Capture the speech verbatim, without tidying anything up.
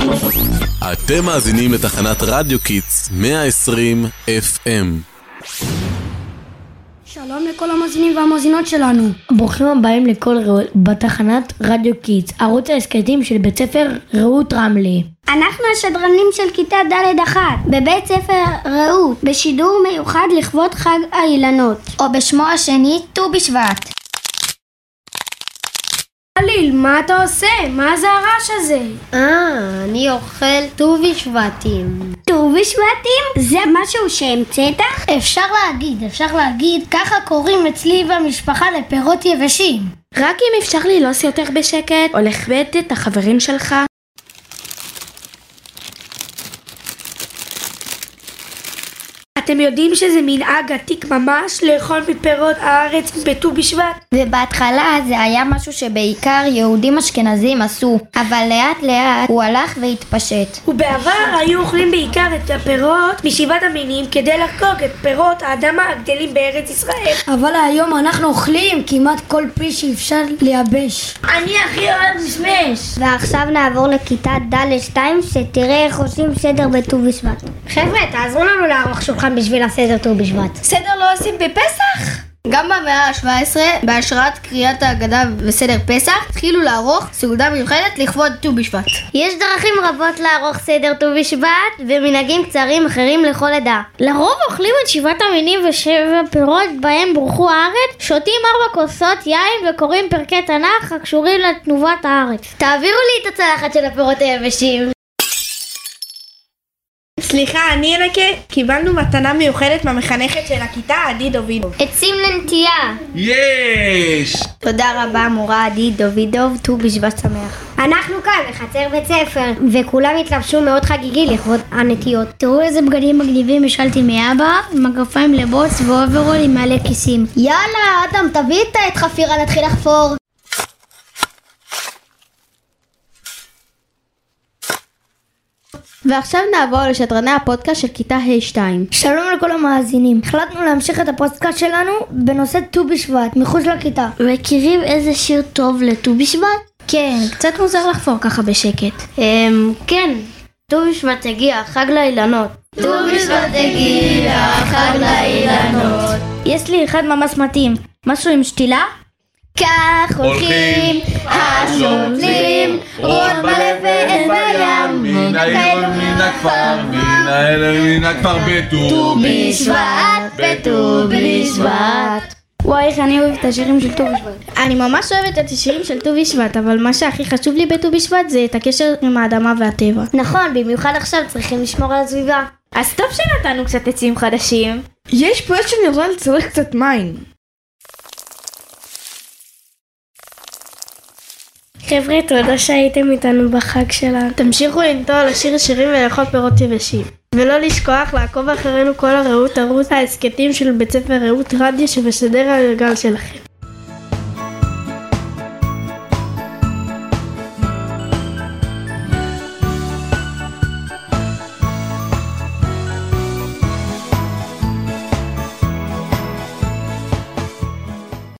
אתם מאזינים לתחנת רדיו קיטס מאה ועשרים אף אם. שלום לכל המאזינים והמאזינות שלנו. ברוכים הבאים לכל רעות בתחנת רדיו קיטס, ערוץ ההסכתים של בית ספר רעות רמלה. אנחנו השדרנים של כיתה ד' אחת בבית ספר רעות, בשידור מיוחד לכבוד חג האילנות, או בשמו השני ט"ו בשבט. אליל, מה אתה עושה? מה זה הרעש הזה? אה, אני אוכל ט"ו בשבטים. ט"ו בשבטים? זה משהו שהמצאת? אפשר להגיד, אפשר להגיד, ככה קוראים אצלי במשפחה לפירות יבשים. רק אם אפשר ללעוס יותר בשקט, או לכבד את החברים שלך. אתם יודעים שזה מנהג עתיק ממש לאכול מפירות הארץ בט"ו בשבט? ובהתחלה זה היה משהו שבעיקר יהודים אשכנזים עשו, אבל לאט לאט הוא הלך והתפשט. ובעבר היו אוכלים בעיקר את הפירות משבעת המינים כדי לחגוג את פירות האדמה הגדלים בארץ ישראל. אבל היום אנחנו אוכלים כמעט כל פרי שאפשר לייבש. אני הכי אוהב משמש. ועכשיו נעבור לכיתה ד' שתיים שתראה איך עושים סדר בט"ו בשבט. חבר'ה, תעזרו לנו לערוך שולחן בשביל הסדר ט"ו בשבט. סדר לא עושים בפסח? גם במאה ה-שבע עשרה, בהשראת קריאת ההגדה וסדר פסח, התחילו לערוך סעודה מיוחדת לכבוד ט"ו בשבט. יש דרכים רבות לערוך סדר ט"ו בשבט, ומנהגים קצרים אחרים לכל עדה. לרוב אוכלים את שבעת המינים ושבע פירות בהם בורכו הארץ, שותים ארבע כוסות יין וקוראים פרקי תנ"ך הקשורים לתנובת הארץ. תעבירו לי את הצלחת של הפירות היבשים. סליחה, אני אנקה, קיבלנו מתנה מיוחדת מהמחנכת של הכיתה, עדי דובידוב. עצים לנטייה. יש! תודה רבה מורה עדי דובידוב, ט"ו בשבט שמח. אנחנו כאן בחצר בית ספר, וכולם התלבשו מאוד חגיגי לכבוד הנטיות. תראו איזה בגדים מגניבים השלתי מאבא, מגפיים לבוץ ואוברול עם מלא כיסים. יאללה, אדם, תביא את העט חפירה להתחיל לחפור. ועכשיו נעבור לשדרני הפודקאסט של כיתה ה' שתיים. שלום לכל המאזינים. החלטנו להמשיך את הפודקאסט שלנו בנושא ט"ו בשבט, מחוץ לכיתה. מכירים איזה שיר טוב לט"ו בשבט? כן, קצת מוזר לחפור ככה בשקט. אמ, כן, ט"ו בשבט הגיע, חג לאילנות. ט"ו בשבט הגיע, חג לאילנות. יש לי אחד ממש מתאים, משהו עם שתילה? כך הולכים השותלים, רון מלא ואין בים, מן העיר ומן הכפר, מן העיר ומן הכפר בט"ו בשבט, בט"ו בשבט. וואי, איך אני אוהבת את השירים של ט"ו בשבט. אני ממש אוהבת את השירים של ט"ו בשבט, אבל מה שהכי חשוב לי בט"ו בשבט זה את הקשר עם האדמה והטבע. נכון, במיוחד עכשיו צריכים לשמור על הסביבה. אז טוב שנתנו קצת עצים חדשים. יש פה שנראה לי צריך קצת מים. חבר'ה, תודה שהייתם איתנו בחג שלנו. תמשיכו לנטוע, לשיר שירים ולאכול פירות יבשים. ולא לשכוח לעקוב אחרינו כל הרעות ערוץ ההסכתים של בית ספר רעות רדיו שבסדר הגל שלכם.